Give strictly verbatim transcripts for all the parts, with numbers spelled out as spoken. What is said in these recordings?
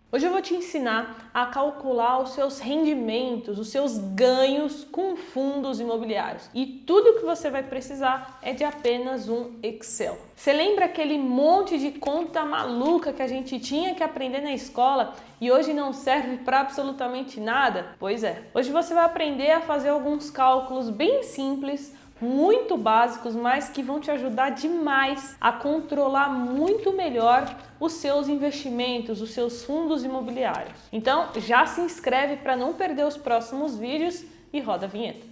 Hoje eu vou te ensinar a calcular os seus rendimentos, os seus ganhos com fundos imobiliários. E tudo que você vai precisar é de apenas um Excel. Você lembra aquele monte de conta maluca que a gente tinha que aprender na escola e hoje não serve para absolutamente nada? Pois é, hoje você vai aprender a fazer alguns cálculos bem simples, muito básicos, mas que vão te ajudar demais a controlar muito melhor os seus investimentos, os seus fundos imobiliários. Então já se inscreve para não perder os próximos vídeos e roda a vinheta.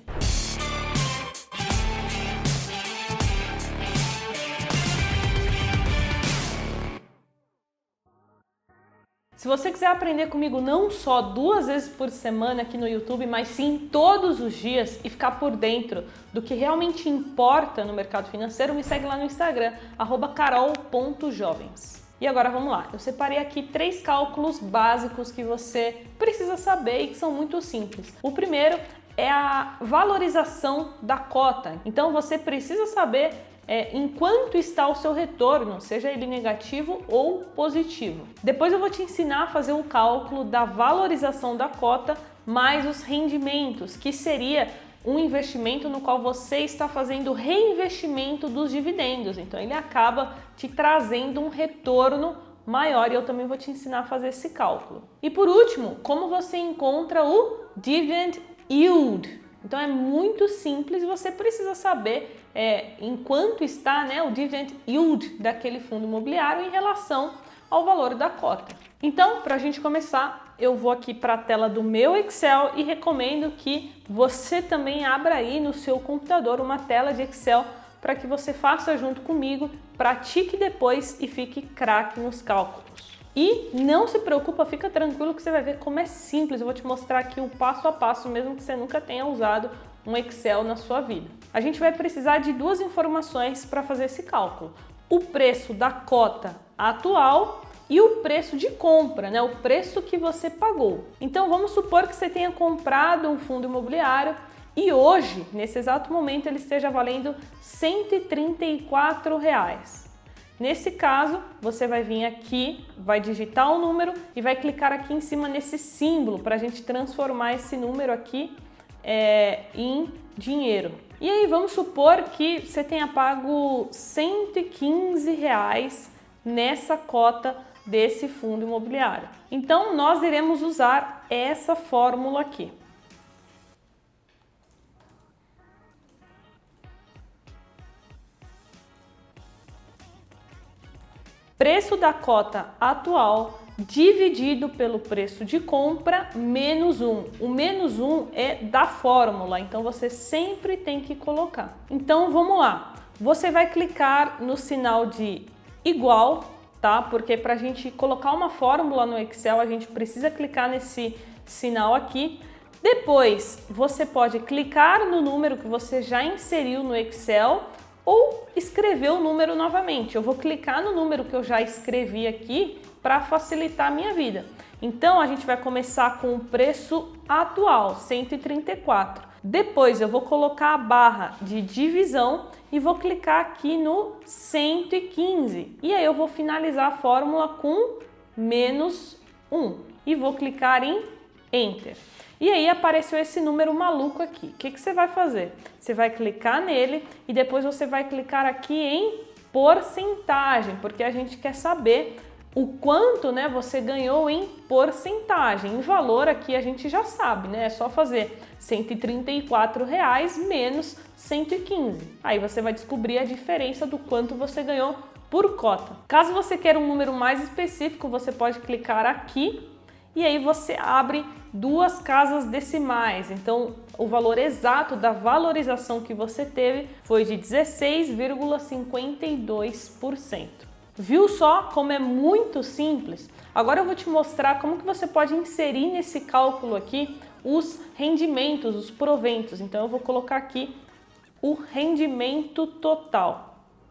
Se você quiser aprender comigo não só duas vezes por semana aqui no YouTube, mas sim todos os dias e ficar por dentro do que realmente importa no mercado financeiro, me segue lá no Instagram, arroba carol ponto jovens. E agora vamos lá, eu separei aqui três cálculos básicos que você precisa saber e que são muito simples. O primeiro é a valorização da cota, então você precisa saber É, em quanto está o seu retorno, seja ele negativo ou positivo. Depois eu vou te ensinar a fazer o cálculo da valorização da cota mais os rendimentos, que seria um investimento no qual você está fazendo reinvestimento dos dividendos. Então ele acaba te trazendo um retorno maior e eu também vou te ensinar a fazer esse cálculo. E por último, como você encontra o Dividend Yield. Então é muito simples e você precisa saber é, em quanto está, né, o Dividend Yield daquele fundo imobiliário em relação ao valor da cota. Então, para a gente começar, eu vou aqui para a tela do meu Excel e recomendo que você também abra aí no seu computador uma tela de Excel para que você faça junto comigo, pratique depois e fique craque nos cálculos. E não se preocupa, fica tranquilo que você vai ver como é simples. Eu vou te mostrar aqui o passo a passo, mesmo que você nunca tenha usado um Excel na sua vida. A gente vai precisar de duas informações para fazer esse cálculo. O preço da cota atual e o preço de compra, né? O preço que você pagou. Então vamos supor que você tenha comprado um fundo imobiliário e hoje, nesse exato momento, ele esteja valendo cento e trinta e quatro reais. Nesse caso, você vai vir aqui, vai digitar o número e vai clicar aqui em cima nesse símbolo para a gente transformar esse número aqui é, em dinheiro. E aí vamos supor que você tenha pago cento e quinze reais nessa cota desse fundo imobiliário. Então nós iremos usar essa fórmula aqui. Preço da cota atual dividido pelo preço de compra menos um. O menos um é da fórmula, então você sempre tem que colocar. Então vamos lá. Você vai clicar no sinal de igual, tá? Porque para a gente colocar uma fórmula no Excel, a gente precisa clicar nesse sinal aqui. Depois você pode clicar no número que você já inseriu no Excel ou escrever o número novamente. Eu vou clicar no número que eu já escrevi aqui para facilitar a minha vida. Então a gente vai começar com o preço atual, cento e trinta e quatro. Depois eu vou colocar a barra de divisão e vou clicar aqui no cento e quinze. E aí eu vou finalizar a fórmula com menos um. E vou clicar em Enter. E aí apareceu esse número maluco aqui. O que, que você vai fazer? Você vai clicar nele e depois você vai clicar aqui em porcentagem, porque a gente quer saber o quanto, né, você ganhou em porcentagem. Em valor aqui a gente já sabe, né? É só fazer cento e trinta e quatro reais menos cento e quinze. Aí você vai descobrir a diferença do quanto você ganhou por cota. Caso você queira um número mais específico, você pode clicar aqui e aí você abre duas casas decimais. Então, o valor exato da valorização que você teve foi de dezesseis vírgula cinquenta e dois por cento. Viu só como é muito simples? Agora eu vou te mostrar como que você pode inserir nesse cálculo aqui os rendimentos, os proventos. Então, eu vou colocar aqui o rendimento total.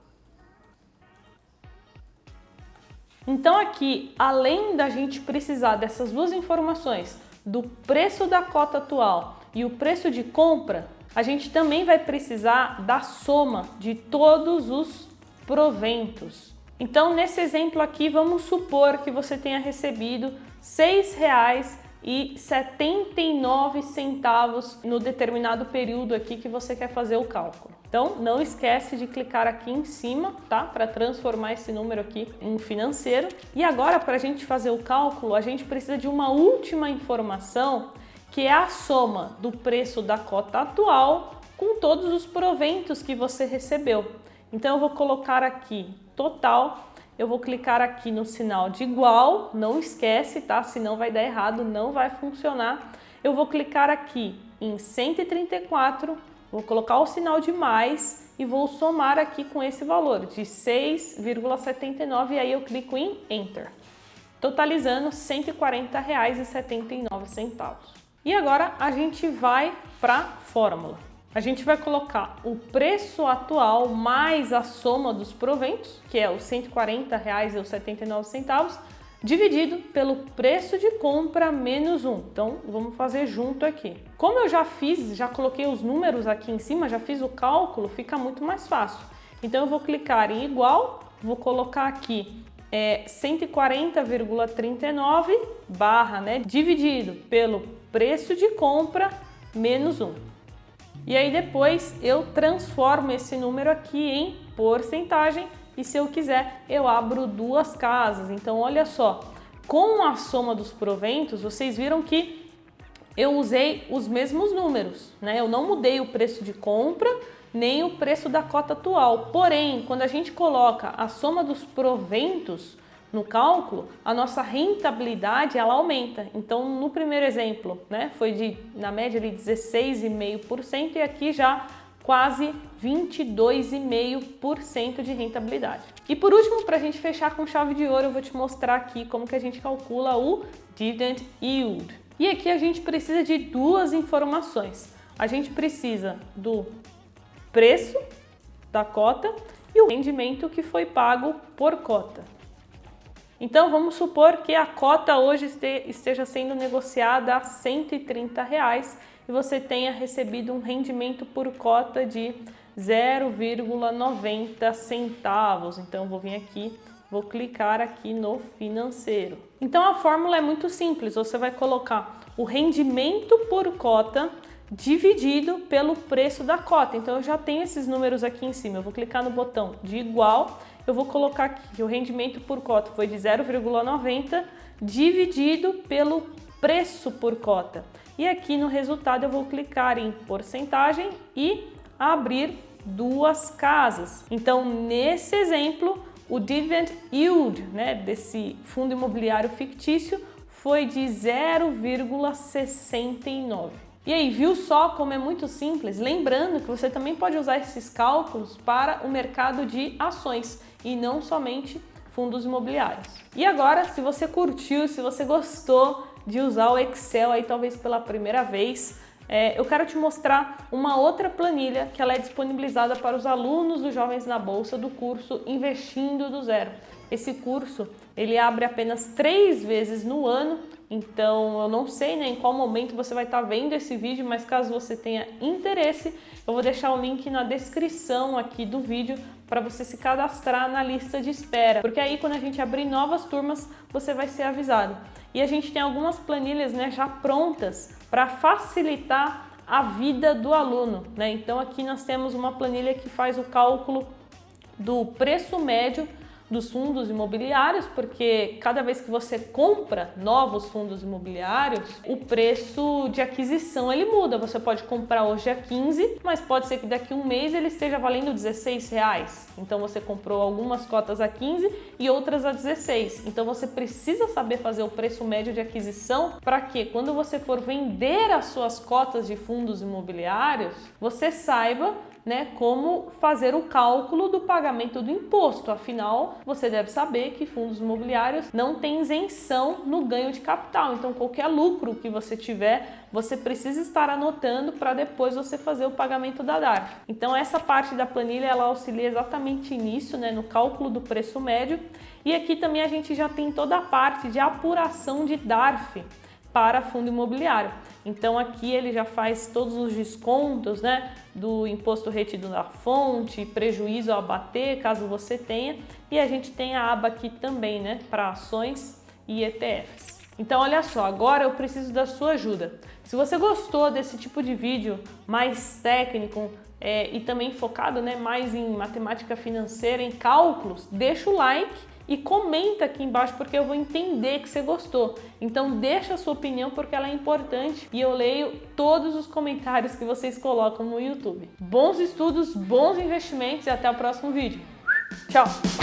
Então aqui, além da gente precisar dessas duas informações, do preço da cota atual e o preço de compra, a gente também vai precisar da soma de todos os proventos. Então, nesse exemplo aqui, vamos supor que você tenha recebido seis reais e setenta e nove centavos no determinado período aqui que você quer fazer o cálculo. Então, não esquece de clicar aqui em cima, tá? Para transformar esse número aqui em financeiro. E agora, para a gente fazer o cálculo, a gente precisa de uma última informação, que é a soma do preço da cota atual com todos os proventos que você recebeu. Então, eu vou colocar aqui total. Eu vou clicar aqui no sinal de igual, não esquece, tá? Senão vai dar errado, não vai funcionar. Eu vou clicar aqui em cento e trinta e quatro, vou colocar o sinal de mais e vou somar aqui com esse valor de seis vírgula setenta e nove e aí eu clico em Enter, totalizando cento e quarenta reais e setenta e nove centavos. E agora a gente vai para a fórmula. A gente vai colocar o preço atual mais a soma dos proventos, que é os cento e quarenta reais e setenta e nove centavos, dividido pelo preço de compra menos um. Então, vamos fazer junto aqui. Como eu já fiz, já coloquei os números aqui em cima, já fiz o cálculo, fica muito mais fácil. Então, eu vou clicar em igual, vou colocar aqui é, cento e quarenta vírgula trinta e nove barra, né, dividido pelo preço de compra menos um. E aí depois eu transformo esse número aqui em porcentagem e se eu quiser eu abro duas casas. Então olha só, com a soma dos proventos vocês viram que eu usei os mesmos números, né? Eu não mudei o preço de compra nem o preço da cota atual. Porém, quando a gente coloca a soma dos proventos no cálculo, a nossa rentabilidade ela aumenta. Então, no primeiro exemplo, né, foi de na média ali dezesseis vírgula cinco por cento e aqui já quase vinte e dois vírgula cinco por cento de rentabilidade. E por último, para a gente fechar com chave de ouro, eu vou te mostrar aqui como que a gente calcula o Dividend Yield. E aqui a gente precisa de duas informações. A gente precisa do preço da cota e o rendimento que foi pago por cota. Então vamos supor que a cota hoje esteja sendo negociada a cento e trinta reais e você tenha recebido um rendimento por cota de zero vírgula noventa centavos. Então eu vou vir aqui, vou clicar aqui no financeiro. Então a fórmula é muito simples, você vai colocar o rendimento por cota dividido pelo preço da cota. Então eu já tenho esses números aqui em cima, eu vou clicar no botão de igual, eu vou colocar aqui que o rendimento por cota foi de zero vírgula noventa dividido pelo preço por cota. E aqui no resultado eu vou clicar em porcentagem e abrir duas casas. Então nesse exemplo o Dividend Yield, né, desse fundo imobiliário fictício foi de zero vírgula sessenta e nove. E aí, viu só como é muito simples? Lembrando que você também pode usar esses cálculos para o mercado de ações e não somente fundos imobiliários. E agora, se você curtiu, se você gostou de usar o Excel aí talvez pela primeira vez, é, eu quero te mostrar uma outra planilha que ela é disponibilizada para os alunos do Jovens na Bolsa do curso Investindo do Zero. Esse curso ele abre apenas três vezes no ano, então eu não sei, né, em qual momento você vai estar vendo esse vídeo, mas caso você tenha interesse, eu vou deixar o link na descrição aqui do vídeo para você se cadastrar na lista de espera, porque aí quando a gente abrir novas turmas, você vai ser avisado. E a gente tem algumas planilhas, né, já prontas para facilitar a vida do aluno, né? Então aqui nós temos uma planilha que faz o cálculo do preço médio dos fundos imobiliários, porque cada vez que você compra novos fundos imobiliários, o preço de aquisição ele muda. Você pode comprar hoje a quinze, mas pode ser que daqui a um mês ele esteja valendo dezesseis reais. Então você comprou algumas cotas a quinze e outras a dezesseis. Então você precisa saber fazer o preço médio de aquisição para que quando você for vender as suas cotas de fundos imobiliários, você saiba, né, como fazer o cálculo do pagamento do imposto. Afinal, você deve saber que fundos imobiliários não têm isenção no ganho de capital. Então, qualquer lucro que você tiver, você precisa estar anotando para depois você fazer o pagamento da D A R F. Então, essa parte da planilha ela auxilia exatamente nisso, né, no cálculo do preço médio. E aqui também a gente já tem toda a parte de apuração de D A R F para fundo imobiliário. Então aqui ele já faz todos os descontos, né, do imposto retido da fonte, prejuízo a abater, caso você tenha. E a gente tem a aba aqui também, né, para ações e E T Fs. Então olha só, agora eu preciso da sua ajuda. Se você gostou desse tipo de vídeo mais técnico é, e também focado, né, mais em matemática financeira, em cálculos, deixa o like e comenta aqui embaixo porque eu vou entender que você gostou. Então deixa a sua opinião porque ela é importante e eu leio todos os comentários que vocês colocam no YouTube. Bons estudos, bons investimentos e até o próximo vídeo. Tchau!